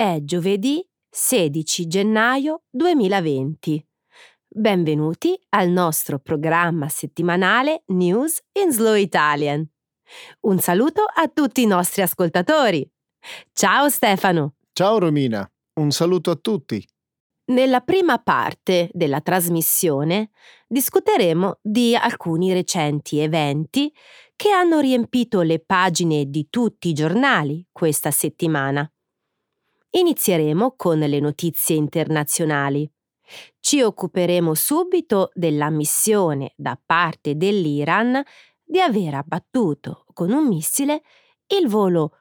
È giovedì 16 gennaio 2020. Benvenuti al nostro programma settimanale News in Slow Italian. Un saluto a tutti i nostri ascoltatori. Ciao Stefano! Ciao Romina, un saluto a tutti. Nella prima parte della trasmissione discuteremo di alcuni recenti eventi che hanno riempito le pagine di tutti i giornali questa settimana. Inizieremo con le notizie internazionali. Ci occuperemo subito dell'ammissione da parte dell'Iran di aver abbattuto con un missile il volo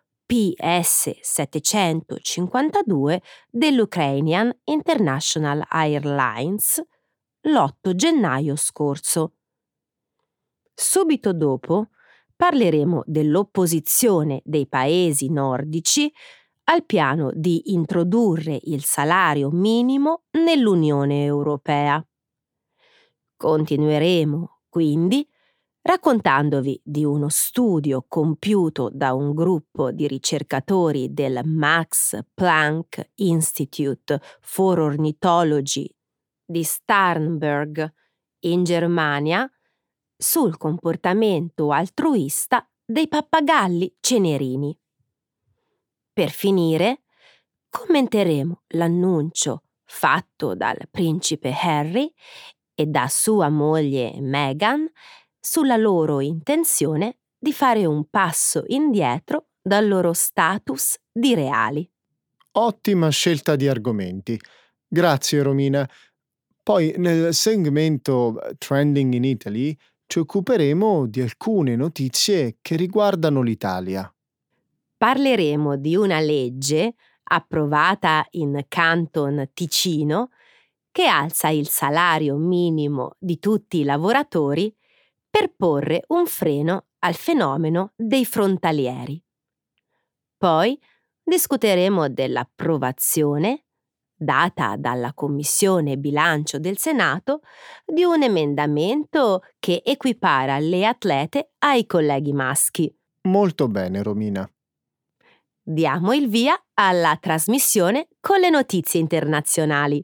PS-752 dell'Ukrainian International Airlines l'8 gennaio scorso. Subito dopo parleremo dell'opposizione dei paesi nordici al piano di introdurre il salario minimo nell'Unione Europea. Continueremo, quindi, raccontandovi di uno studio compiuto da un gruppo di ricercatori del Max Planck Institute for Ornithology di Starnberg, in Germania, sul comportamento altruista dei pappagalli cenerini. Per finire, commenteremo l'annuncio fatto dal principe Harry e da sua moglie Meghan sulla loro intenzione di fare un passo indietro dal loro status di reali. Ottima scelta di argomenti. Grazie Romina. Poi nel segmento Trending in Italy ci occuperemo di alcune notizie che riguardano l'Italia. Parleremo di una legge approvata in Canton Ticino che alza il salario minimo di tutti i lavoratori per porre un freno al fenomeno dei frontalieri. Poi discuteremo dell'approvazione, data dalla Commissione Bilancio del Senato, di un emendamento che equipara le atlete ai colleghi maschi. Molto bene, Romina. Diamo il via alla trasmissione con le notizie internazionali.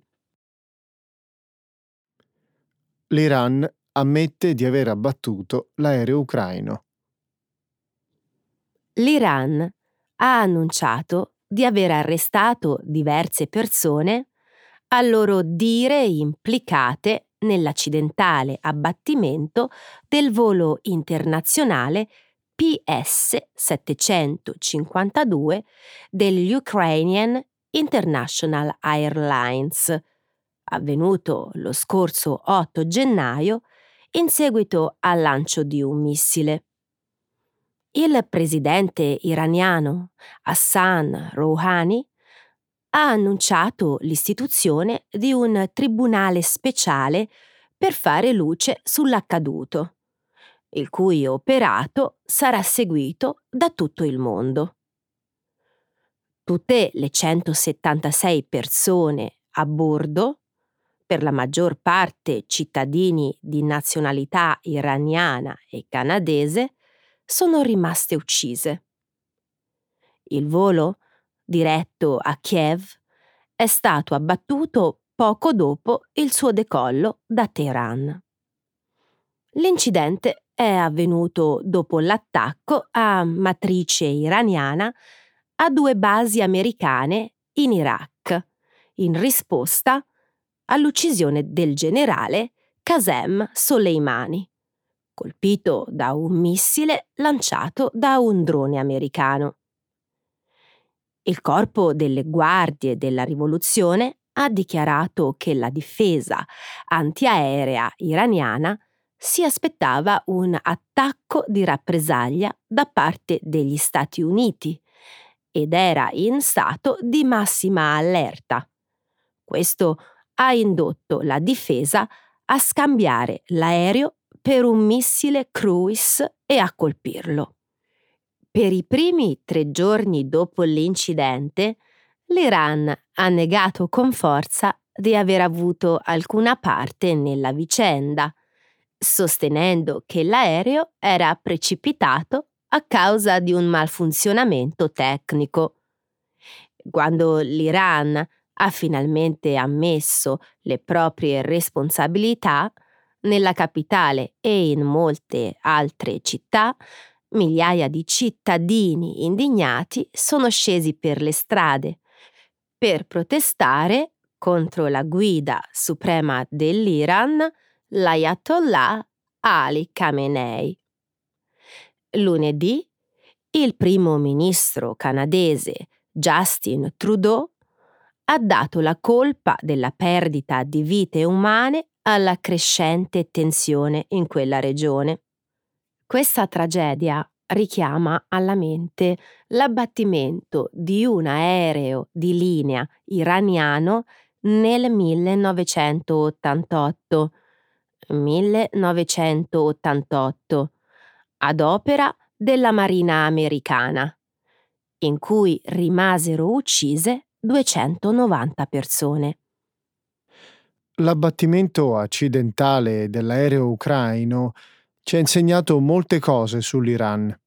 L'Iran ammette di aver abbattuto l'aereo ucraino. L'Iran ha annunciato di aver arrestato diverse persone a loro dire implicate nell'accidentale abbattimento del volo internazionale PS-752 dell'Ukrainian International Airlines, avvenuto lo scorso 8 gennaio in seguito al lancio di un missile. Il presidente iraniano Hassan Rouhani ha annunciato l'istituzione di un tribunale speciale per fare luce sull'accaduto, il cui operato sarà seguito da tutto il mondo. Tutte le 176 persone a bordo, per la maggior parte cittadini di nazionalità iraniana e canadese, sono rimaste uccise. Il volo, diretto a Kiev, è stato abbattuto poco dopo il suo decollo da Teheran. L'incidente è avvenuto dopo l'attacco a matrice iraniana a 2 basi americane in Iraq, in risposta all'uccisione del generale Qasem Soleimani, colpito da un missile lanciato da un drone americano. Il corpo delle guardie della rivoluzione ha dichiarato che la difesa antiaerea iraniana si aspettava un attacco di rappresaglia da parte degli Stati Uniti ed era in stato di massima allerta. Questo ha indotto la difesa a scambiare l'aereo per un missile cruise e a colpirlo. Per i primi 3 giorni dopo l'incidente, l'Iran ha negato con forza di aver avuto alcuna parte nella vicenda, sostenendo che l'aereo era precipitato a causa di un malfunzionamento tecnico. Quando l'Iran ha finalmente ammesso le proprie responsabilità, nella capitale e in molte altre città, migliaia di cittadini indignati sono scesi per le strade per protestare contro la guida suprema dell'Iran, l'Ayatollah Ali Khamenei. Lunedì, il primo ministro canadese Justin Trudeau ha dato la colpa della perdita di vite umane alla crescente tensione in quella regione. Questa tragedia richiama alla mente l'abbattimento di un aereo di linea iraniano nel 1988, ad opera della Marina americana, in cui rimasero uccise 290 persone. L'abbattimento accidentale dell'aereo ucraino ci ha insegnato molte cose sull'Iran.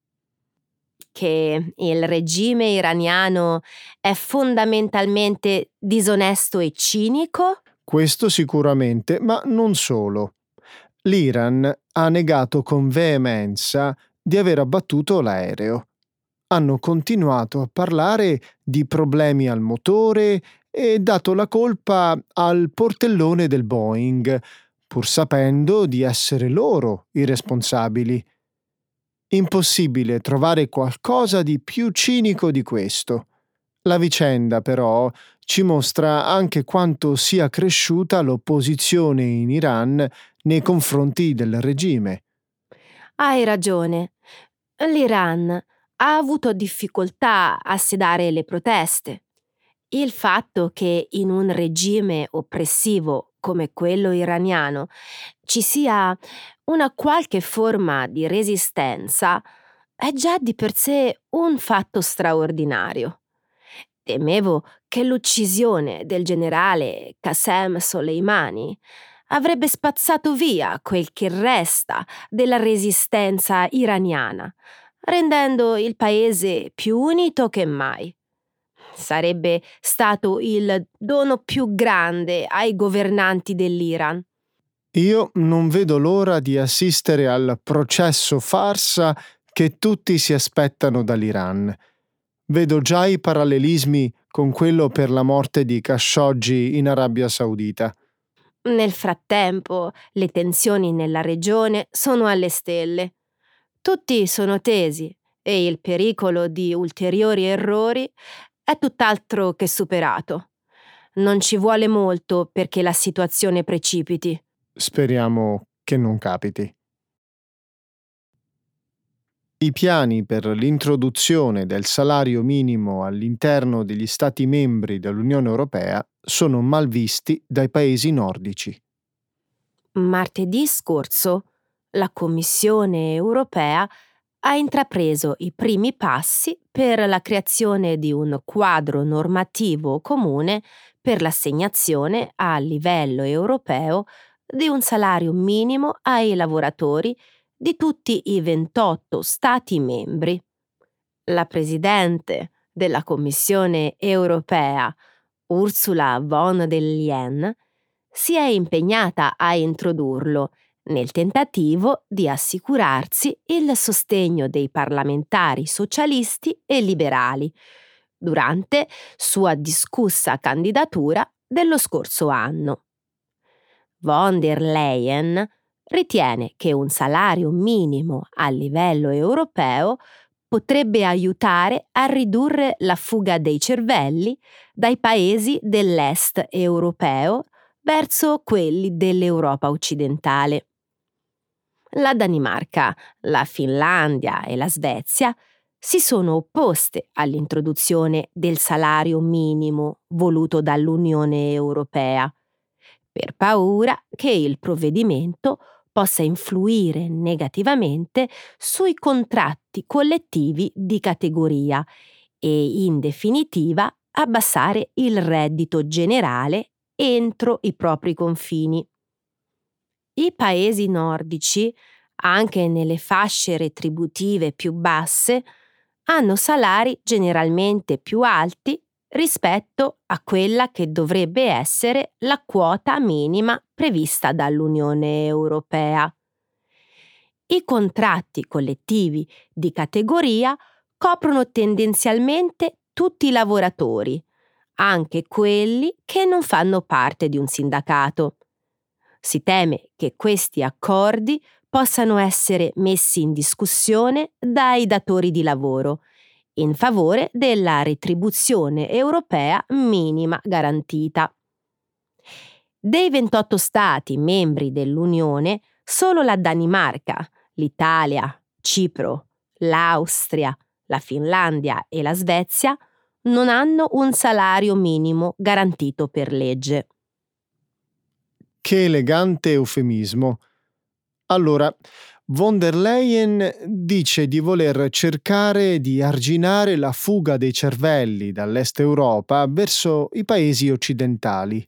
Che il regime iraniano è fondamentalmente disonesto e cinico? Questo sicuramente, ma non solo. L'Iran ha negato con veemenza di aver abbattuto l'aereo. Hanno continuato a parlare di problemi al motore e dato la colpa al portellone del Boeing, pur sapendo di essere loro i responsabili. Impossibile trovare qualcosa di più cinico di questo. La vicenda, però, ci mostra anche quanto sia cresciuta l'opposizione in Iran nei confronti del regime. Hai ragione. L'Iran ha avuto difficoltà a sedare le proteste. Il fatto che in un regime oppressivo come quello iraniano ci sia una qualche forma di resistenza è già di per sé un fatto straordinario. Temevo che l'uccisione del generale Qasem Soleimani avrebbe spazzato via quel che resta della resistenza iraniana, rendendo il paese più unito che mai. Sarebbe stato il dono più grande ai governanti dell'Iran. Io non vedo l'ora di assistere al processo farsa che tutti si aspettano dall'Iran. Vedo già i parallelismi con quello per la morte di Khashoggi in Arabia Saudita. Nel frattempo, le tensioni nella regione sono alle stelle. Tutti sono tesi e il pericolo di ulteriori errori è tutt'altro che superato. Non ci vuole molto perché la situazione precipiti. Speriamo che non capiti. I piani per l'introduzione del salario minimo all'interno degli Stati membri dell'Unione Europea sono mal visti dai paesi nordici. Martedì scorso, la Commissione europea ha intrapreso i primi passi per la creazione di un quadro normativo comune per l'assegnazione a livello europeo di un salario minimo ai lavoratori di tutti i 28 Stati membri. La Presidente della Commissione europea, Ursula von der Leyen, si è impegnata a introdurlo nel tentativo di assicurarsi il sostegno dei parlamentari socialisti e liberali durante sua discussa candidatura dello scorso anno. Von der Leyen ritiene che un salario minimo a livello europeo potrebbe aiutare a ridurre la fuga dei cervelli dai paesi dell'est europeo verso quelli dell'Europa occidentale. La Danimarca, la Finlandia e la Svezia si sono opposte all'introduzione del salario minimo voluto dall'Unione Europea, per paura che il provvedimento possa influire negativamente sui contratti collettivi di categoria e, in definitiva, abbassare il reddito generale entro i propri confini. I paesi nordici, anche nelle fasce retributive più basse, hanno salari generalmente più alti rispetto a quella che dovrebbe essere la quota minima prevista dall'Unione Europea. I contratti collettivi di categoria coprono tendenzialmente tutti i lavoratori, anche quelli che non fanno parte di un sindacato. Si teme che questi accordi possano essere messi in discussione dai datori di lavoro in favore della retribuzione europea minima garantita. Dei 28 Stati membri dell'Unione, solo la Danimarca, l'Italia, Cipro, l'Austria, la Finlandia e la Svezia non hanno un salario minimo garantito per legge. Che elegante eufemismo. Allora, von der Leyen dice di voler cercare di arginare la fuga dei cervelli dall'Est Europa verso i paesi occidentali.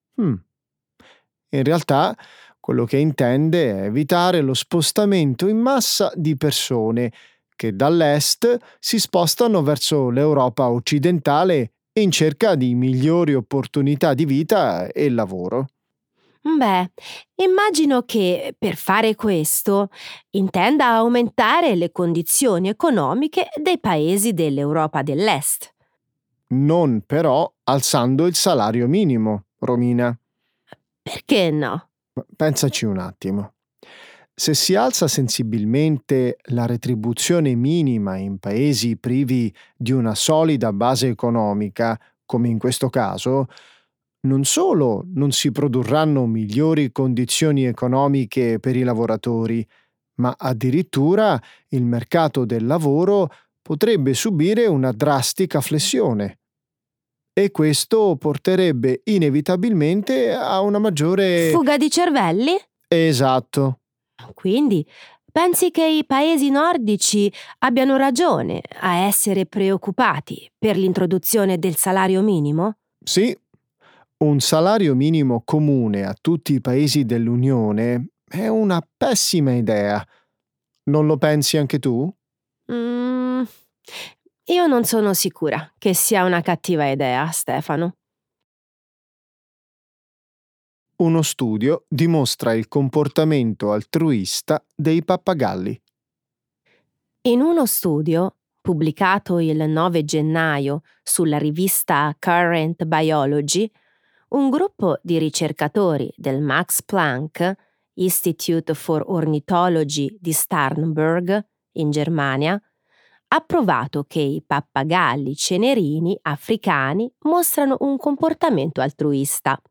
In realtà, quello che intende è evitare lo spostamento in massa di persone che dall'Est si spostano verso l'Europa occidentale in cerca di migliori opportunità di vita e lavoro. Beh, immagino che per fare questo intenda aumentare le condizioni economiche dei paesi dell'Europa dell'Est. Non però alzando il salario minimo, Romina. Perché no? Pensaci un attimo. Se si alza sensibilmente la retribuzione minima in paesi privi di una solida base economica, come in questo caso, non solo non si produrranno migliori condizioni economiche per i lavoratori, ma addirittura il mercato del lavoro potrebbe subire una drastica flessione. E questo porterebbe inevitabilmente a una maggiore... Fuga di cervelli? Esatto. Quindi pensi che i paesi nordici abbiano ragione a essere preoccupati per l'introduzione del salario minimo? Sì, un salario minimo comune a tutti i paesi dell'Unione è una pessima idea. Non lo pensi anche tu? Mm, io non sono sicura che sia una cattiva idea, Stefano. Uno studio dimostra il comportamento altruista dei pappagalli. In uno studio, pubblicato il 9 gennaio sulla rivista Current Biology, un gruppo di ricercatori del Max Planck Institute for Ornithology di Starnberg, in Germania, ha provato che i pappagalli cenerini africani mostrano un comportamento altruista.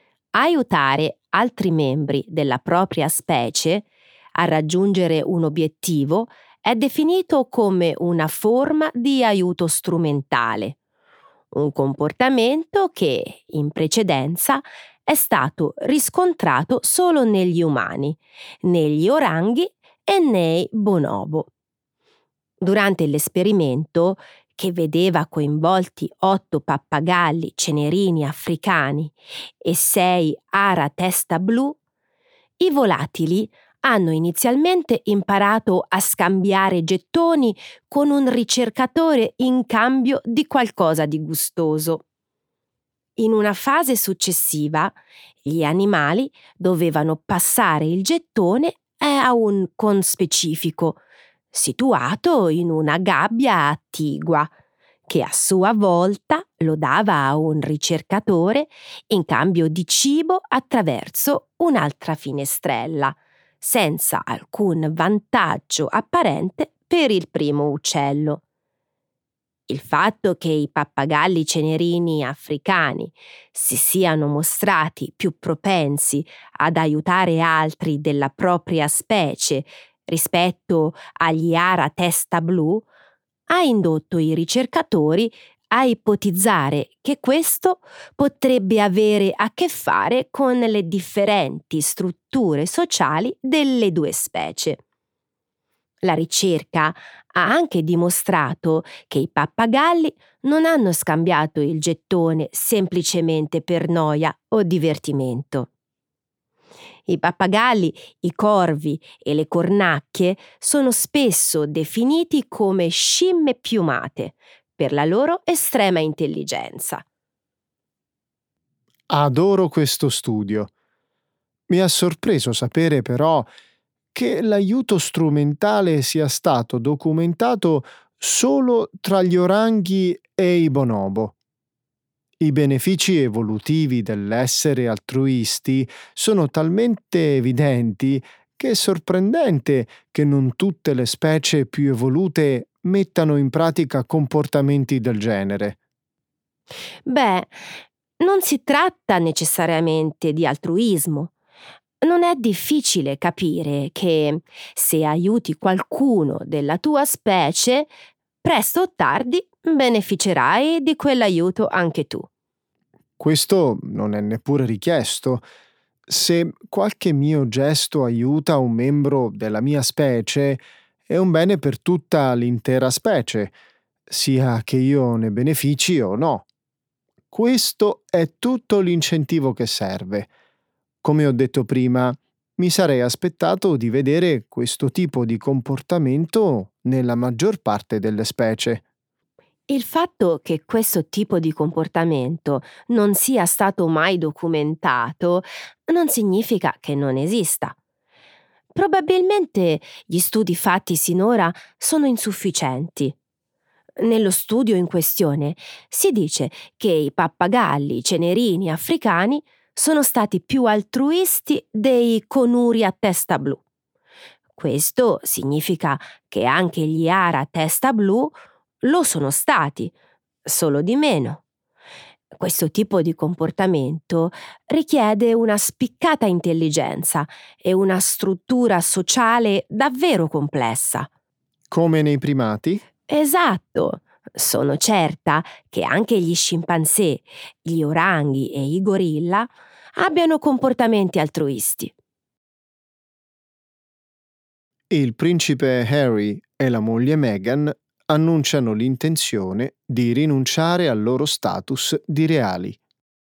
Aiutare altri membri della propria specie a raggiungere un obiettivo è definito come una forma di aiuto strumentale, un comportamento che, in precedenza, è stato riscontrato solo negli umani, negli oranghi e nei bonobo. Durante l'esperimento, che vedeva coinvolti 8 pappagalli cenerini africani e 6 ara testa blu, i volatili hanno inizialmente imparato a scambiare gettoni con un ricercatore in cambio di qualcosa di gustoso. In una fase successiva, gli animali dovevano passare il gettone a un conspecifico, situato in una gabbia attigua, che a sua volta lo dava a un ricercatore in cambio di cibo attraverso un'altra finestrella, senza alcun vantaggio apparente per il primo uccello. Il fatto che i pappagalli cenerini africani si siano mostrati più propensi ad aiutare altri della propria specie rispetto agli ara testa blu ha indotto i ricercatori a ipotizzare che questo potrebbe avere a che fare con le differenti strutture sociali delle due specie. La ricerca ha anche dimostrato che i pappagalli non hanno scambiato il gettone semplicemente per noia o divertimento. I pappagalli, i corvi e le cornacchie sono spesso definiti come scimmie piumate per la loro estrema intelligenza. Adoro questo studio. Mi ha sorpreso sapere però che l'aiuto strumentale sia stato documentato solo tra gli oranghi e i bonobo. I benefici evolutivi dell'essere altruisti sono talmente evidenti che è sorprendente che non tutte le specie più evolute mettano in pratica comportamenti del genere. Beh, non si tratta necessariamente di altruismo. Non è difficile capire che se aiuti qualcuno della tua specie, presto o tardi beneficerai di quell'aiuto anche tu. Questo non è neppure richiesto. Se qualche mio gesto aiuta un membro della mia specie, è un bene per tutta l'intera specie, sia che io ne benefici o no. Questo è tutto l'incentivo che serve. Come ho detto prima, mi sarei aspettato di vedere questo tipo di comportamento nella maggior parte delle specie. Il fatto che questo tipo di comportamento non sia stato mai documentato non significa che non esista. Probabilmente gli studi fatti sinora sono insufficienti. Nello studio in questione si dice che i pappagalli cenerini africani sono stati più altruisti dei conuri a testa blu. Questo significa che anche gli ara a testa blu lo sono stati, solo di meno. Questo tipo di comportamento richiede una spiccata intelligenza e una struttura sociale davvero complessa. Come nei primati? Esatto! Sono certa che anche gli scimpanzé, gli oranghi e i gorilla abbiano comportamenti altruisti. Il principe Harry e la moglie Meghan annunciano l'intenzione di rinunciare al loro status di reali.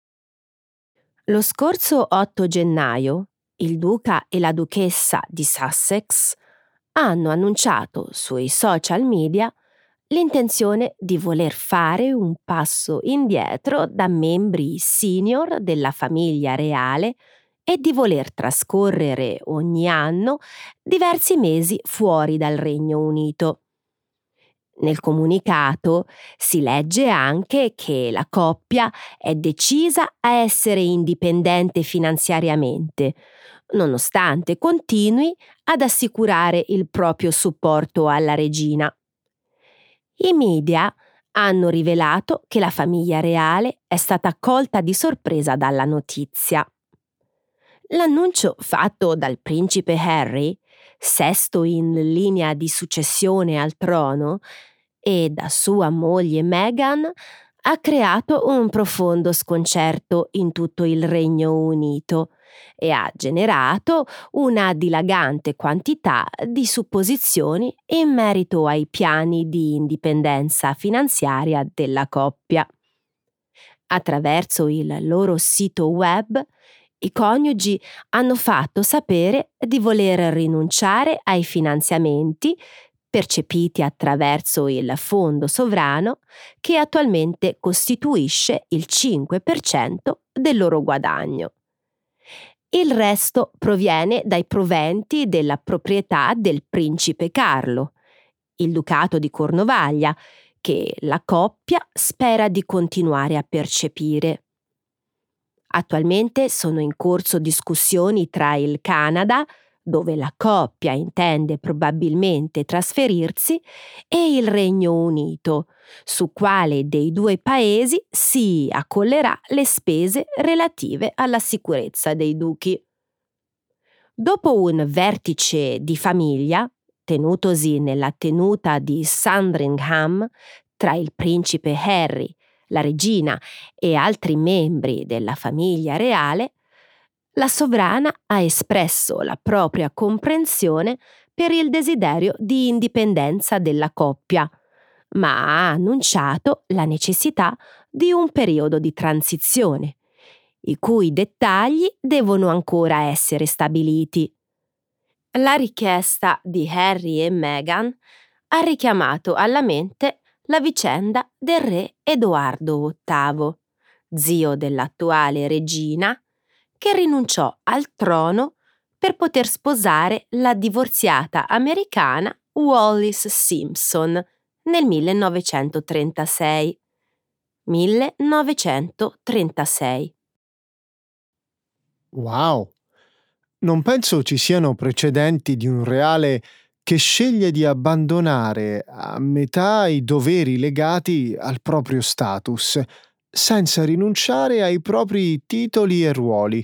Lo scorso 8 gennaio, il duca e la duchessa di Sussex hanno annunciato sui social media l'intenzione di voler fare un passo indietro da membri senior della famiglia reale e di voler trascorrere ogni anno diversi mesi fuori dal Regno Unito. Nel comunicato si legge anche che la coppia è decisa a essere indipendente finanziariamente, nonostante continui ad assicurare il proprio supporto alla regina. I media hanno rivelato che la famiglia reale è stata colta di sorpresa dalla notizia. L'annuncio fatto dal principe Harry, sesto in linea di successione al trono, e da sua moglie Meghan, ha creato un profondo sconcerto in tutto il Regno Unito e ha generato una dilagante quantità di supposizioni in merito ai piani di indipendenza finanziaria della coppia. Attraverso il loro sito web, i coniugi hanno fatto sapere di voler rinunciare ai finanziamenti percepiti attraverso il fondo sovrano che attualmente costituisce il 5% del loro guadagno. Il resto proviene dai proventi della proprietà del principe Carlo, il ducato di Cornovaglia, che la coppia spera di continuare a percepire. Attualmente sono in corso discussioni tra il Canada, dove la coppia intende probabilmente trasferirsi, e il Regno Unito, su quale dei due paesi si accollerà le spese relative alla sicurezza dei duchi. Dopo un vertice di famiglia, tenutosi nella tenuta di Sandringham, tra il principe Harry, la regina e altri membri della famiglia reale, la sovrana ha espresso la propria comprensione per il desiderio di indipendenza della coppia, ma ha annunciato la necessità di un periodo di transizione, i cui dettagli devono ancora essere stabiliti. La richiesta di Harry e Meghan ha richiamato alla mente la vicenda del re Edoardo VIII, zio dell'attuale regina, che rinunciò al trono per poter sposare la divorziata americana Wallis Simpson nel 1936. 1936. Wow! Non penso ci siano precedenti di un reale che sceglie di abbandonare a metà i doveri legati al proprio status, senza rinunciare ai propri titoli e ruoli.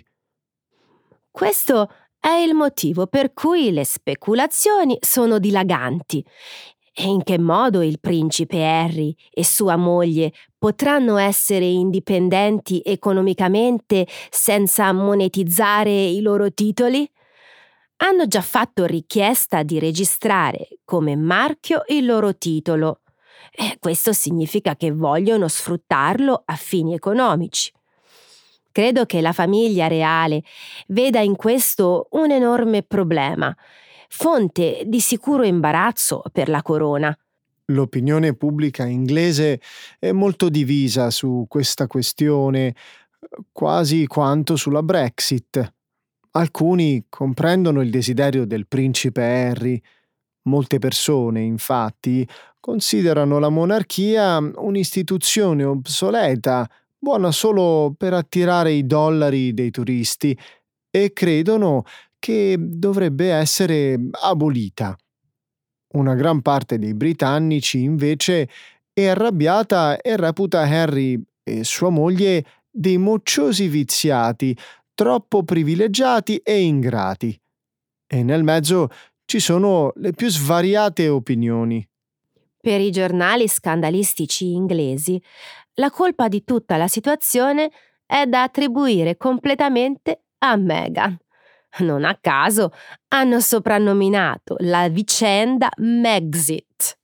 Questo è il motivo per cui le speculazioni sono dilaganti. E in che modo il principe Harry e sua moglie potranno essere indipendenti economicamente senza monetizzare i loro titoli? Hanno già fatto richiesta di registrare come marchio il loro titolo. E questo significa che vogliono sfruttarlo a fini economici. Credo che la famiglia reale veda in questo un enorme problema, fonte di sicuro imbarazzo per la corona. L'opinione pubblica inglese è molto divisa su questa questione, quasi quanto sulla Brexit. Alcuni comprendono il desiderio del principe Harry. Molte persone, infatti, considerano la monarchia un'istituzione obsoleta, buona solo per attirare i dollari dei turisti, e credono che dovrebbe essere abolita. Una gran parte dei britannici, invece, è arrabbiata e reputa Harry e sua moglie dei mocciosi viziati, troppo privilegiati e ingrati. E nel mezzo ci sono le più svariate opinioni. Per i giornali scandalistici inglesi, la colpa di tutta la situazione è da attribuire completamente a Meghan. Non a caso hanno soprannominato la vicenda Megxit.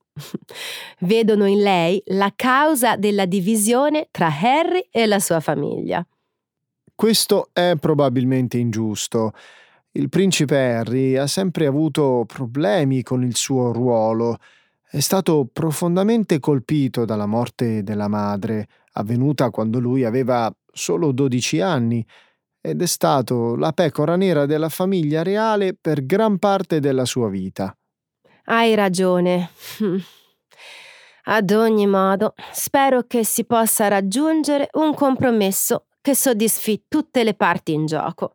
Vedono in lei la causa della divisione tra Harry e la sua famiglia. Questo è probabilmente ingiusto. Il principe Harry ha sempre avuto problemi con il suo ruolo. È stato profondamente colpito dalla morte della madre, avvenuta quando lui aveva solo 12 anni, ed è stato la pecora nera della famiglia reale per gran parte della sua vita. Hai ragione. Ad ogni modo, spero che si possa raggiungere un compromesso che soddisfi tutte le parti in gioco.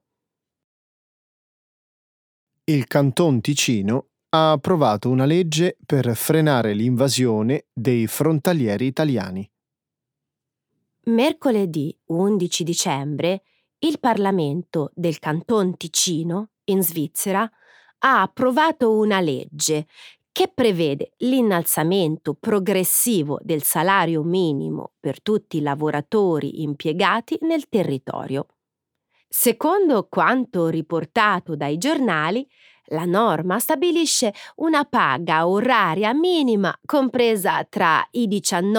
Il Canton Ticino ha approvato una legge per frenare l'invasione dei frontalieri italiani. Mercoledì 11 dicembre il Parlamento del Canton Ticino, in Svizzera, ha approvato una legge che prevede l'innalzamento progressivo del salario minimo per tutti i lavoratori impiegati nel territorio. Secondo quanto riportato dai giornali, la norma stabilisce una paga oraria minima compresa tra i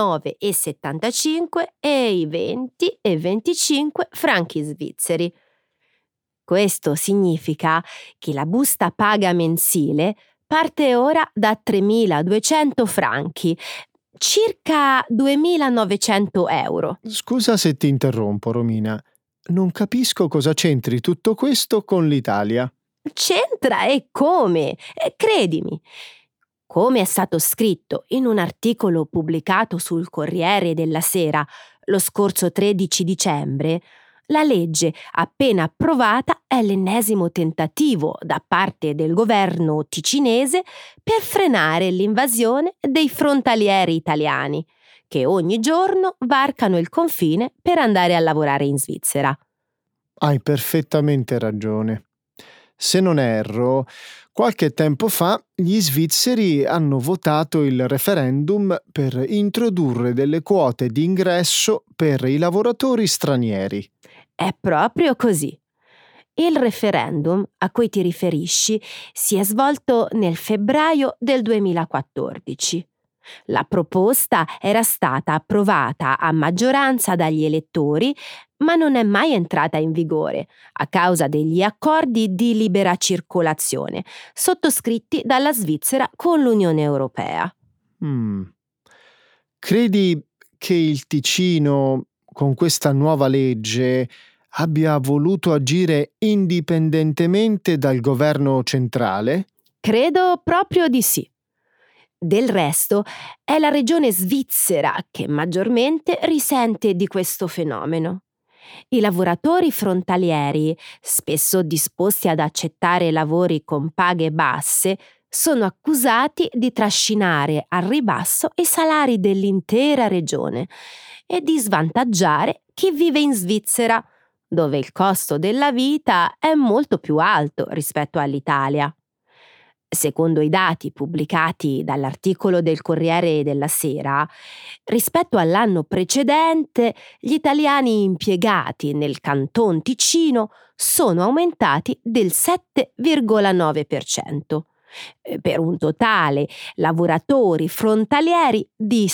19,75 e i 20,25 franchi svizzeri. Questo significa che la busta paga mensile parte ora da 3.200 franchi, circa 2.900 euro. Scusa se ti interrompo, Romina. Non capisco cosa c'entri tutto questo con l'Italia. C'entra e come? Credimi. Come è stato scritto in un articolo pubblicato sul Corriere della Sera lo scorso 13 dicembre, la legge appena approvata è l'ennesimo tentativo da parte del governo ticinese per frenare l'invasione dei frontalieri italiani, che ogni giorno varcano il confine per andare a lavorare in Svizzera. Hai perfettamente ragione. Se non erro, qualche tempo fa gli svizzeri hanno votato il referendum per introdurre delle quote di ingresso per i lavoratori stranieri. È proprio così. Il referendum a cui ti riferisci si è svolto nel febbraio del 2014. La proposta era stata approvata a maggioranza dagli elettori, ma non è mai entrata in vigore a causa degli accordi di libera circolazione sottoscritti dalla Svizzera con l'Unione Europea. Credi che il Ticino, con questa nuova legge, abbia voluto agire indipendentemente dal governo centrale? Credo proprio di sì. Del resto, è la regione svizzera che maggiormente risente di questo fenomeno. I lavoratori frontalieri, spesso disposti ad accettare lavori con paghe basse, sono accusati di trascinare al ribasso i salari dell'intera regione e di svantaggiare chi vive in Svizzera, dove il costo della vita è molto più alto rispetto all'Italia. Secondo i dati pubblicati dall'articolo del Corriere della Sera, rispetto all'anno precedente, gli italiani impiegati nel Canton Ticino sono aumentati del 7,9%, per un totale lavoratori frontalieri di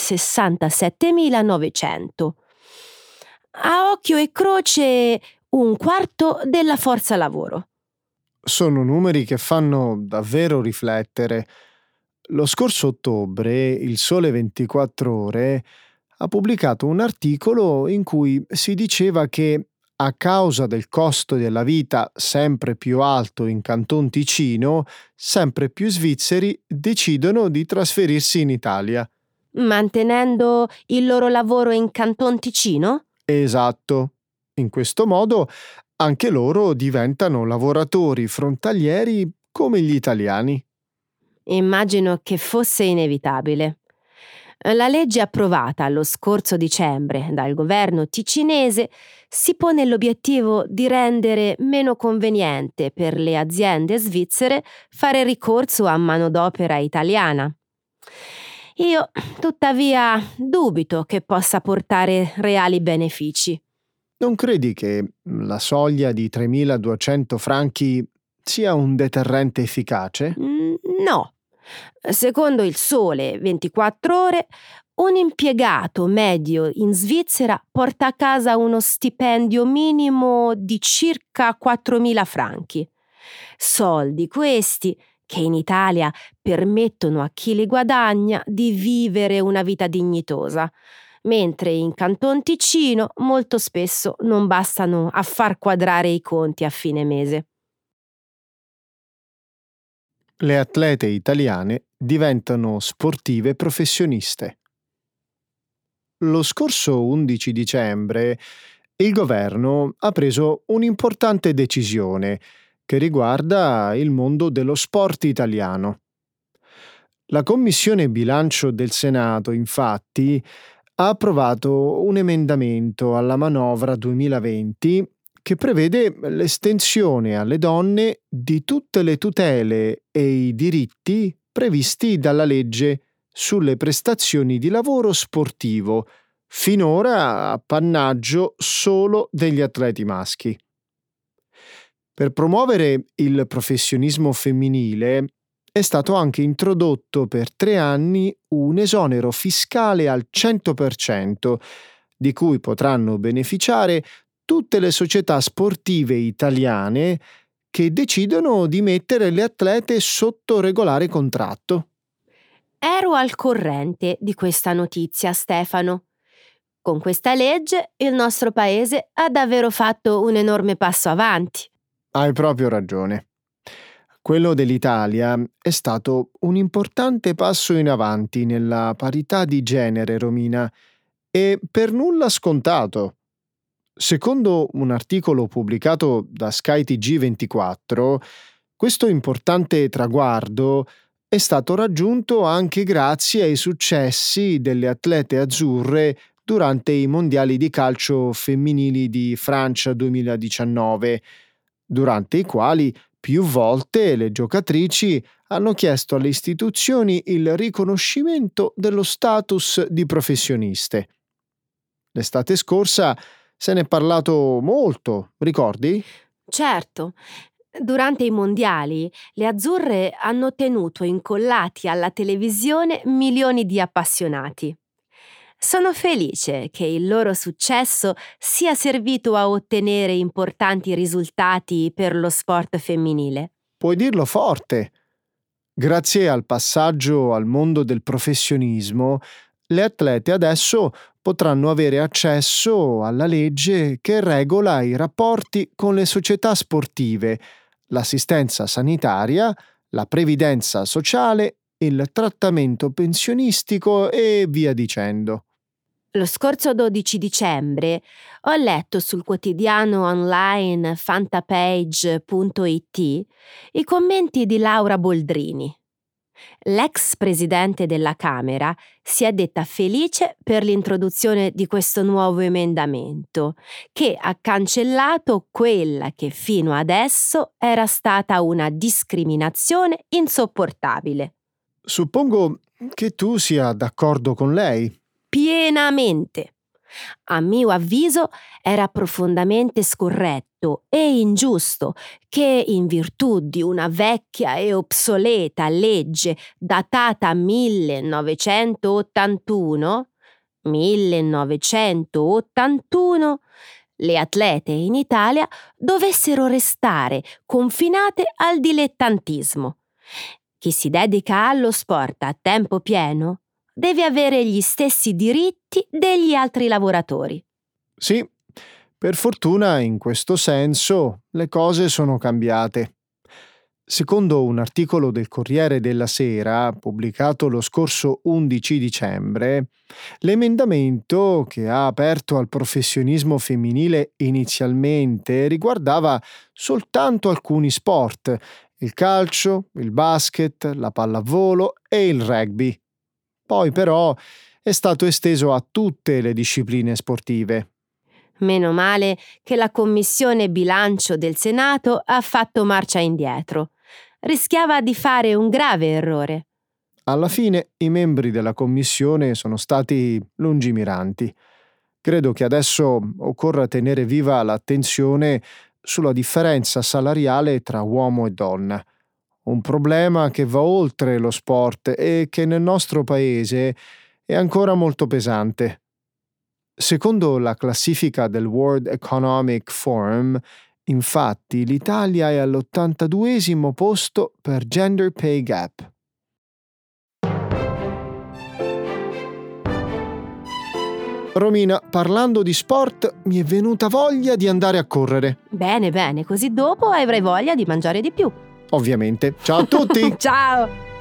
67.900. A occhio e croce, un quarto della forza lavoro. Sono numeri che fanno davvero riflettere. Lo scorso ottobre il Sole 24 Ore ha pubblicato un articolo in cui si diceva che a causa del costo della vita sempre più alto in Canton Ticino, sempre più svizzeri decidono di trasferirsi in Italia. Mantenendo il loro lavoro in Canton Ticino? Esatto. In questo modo anche loro diventano lavoratori frontalieri come gli italiani. Immagino che fosse inevitabile. La legge approvata lo scorso dicembre dal governo ticinese si pone l'obiettivo di rendere meno conveniente per le aziende svizzere fare ricorso a manodopera italiana. Io, tuttavia, dubito che possa portare reali benefici. Non credi che la soglia di 3.200 franchi sia un deterrente efficace? No. Secondo il Sole 24 Ore, un impiegato medio in Svizzera porta a casa uno stipendio minimo di circa 4.000 franchi. Soldi questi che in Italia permettono a chi li guadagna di vivere una vita dignitosa, mentre in Canton Ticino molto spesso non bastano a far quadrare i conti a fine mese. Le atlete italiane diventano sportive professioniste. Lo scorso 11 dicembre il governo ha preso un'importante decisione che riguarda il mondo dello sport italiano. La Commissione Bilancio del Senato, infatti, ha approvato un emendamento alla manovra 2020 che prevede l'estensione alle donne di tutte le tutele e i diritti previsti dalla legge sulle prestazioni di lavoro sportivo, finora appannaggio solo degli atleti maschi. Per promuovere il professionismo femminile è stato anche introdotto per 3 anni un esonero fiscale al 100%, di cui potranno beneficiare tutte le società sportive italiane che decidono di mettere le atlete sotto regolare contratto. Ero al corrente di questa notizia, Stefano. Con questa legge il nostro paese ha davvero fatto un enorme passo avanti. Hai proprio ragione. Quello dell'Italia è stato un importante passo in avanti nella parità di genere, Romina, e per nulla scontato. Secondo un articolo pubblicato da Sky TG24, questo importante traguardo è stato raggiunto anche grazie ai successi delle atlete azzurre durante i mondiali di calcio femminili di Francia 2019, durante i quali più volte le giocatrici hanno chiesto alle istituzioni il riconoscimento dello status di professioniste. L'estate scorsa se ne è parlato molto, ricordi? Certo, durante i mondiali le azzurre hanno tenuto incollati alla televisione milioni di appassionati. Sono felice che il loro successo sia servito a ottenere importanti risultati per lo sport femminile. Puoi dirlo forte. Grazie al passaggio al mondo del professionismo, Le atlete adesso potranno avere accesso alla legge che regola i rapporti con le società sportive, l'assistenza sanitaria, la previdenza sociale, il trattamento pensionistico e via dicendo. Lo scorso 12 dicembre ho letto sul quotidiano online fantapage.it i commenti di Laura Boldrini. L'ex presidente della Camera si è detta felice per l'introduzione di questo nuovo emendamento, che ha cancellato quella che fino adesso era stata una discriminazione insopportabile. Suppongo che tu sia d'accordo con lei. Pienamente. A mio avviso era profondamente scorretto e ingiusto che, in virtù di una vecchia e obsoleta legge datata 1981, le atlete in Italia dovessero restare confinate al dilettantismo. Chi si dedica allo sport a tempo pieno deve avere gli stessi diritti degli altri lavoratori. Sì, per fortuna in questo senso le cose sono cambiate. Secondo un articolo del Corriere della Sera, pubblicato lo scorso 11 dicembre, l'emendamento che ha aperto al professionismo femminile inizialmente riguardava soltanto alcuni sport: il calcio, il basket, la pallavolo e il rugby. Poi però è stato esteso a tutte le discipline sportive. Meno male che la Commissione Bilancio del Senato ha fatto marcia indietro. Rischiava di fare un grave errore. Alla fine i membri della commissione sono stati lungimiranti. Credo che adesso occorra tenere viva l'attenzione sulla differenza salariale tra uomo e donna. Un problema che va oltre lo sport e che nel nostro paese è ancora molto pesante. Secondo la classifica del World Economic Forum, infatti, l'Italia è all'82esimo posto per Gender Pay Gap. Romina, parlando di sport, mi è venuta voglia di andare a correre. Bene, così dopo avrai voglia di mangiare di più. Ovviamente. Ciao a tutti! Ciao!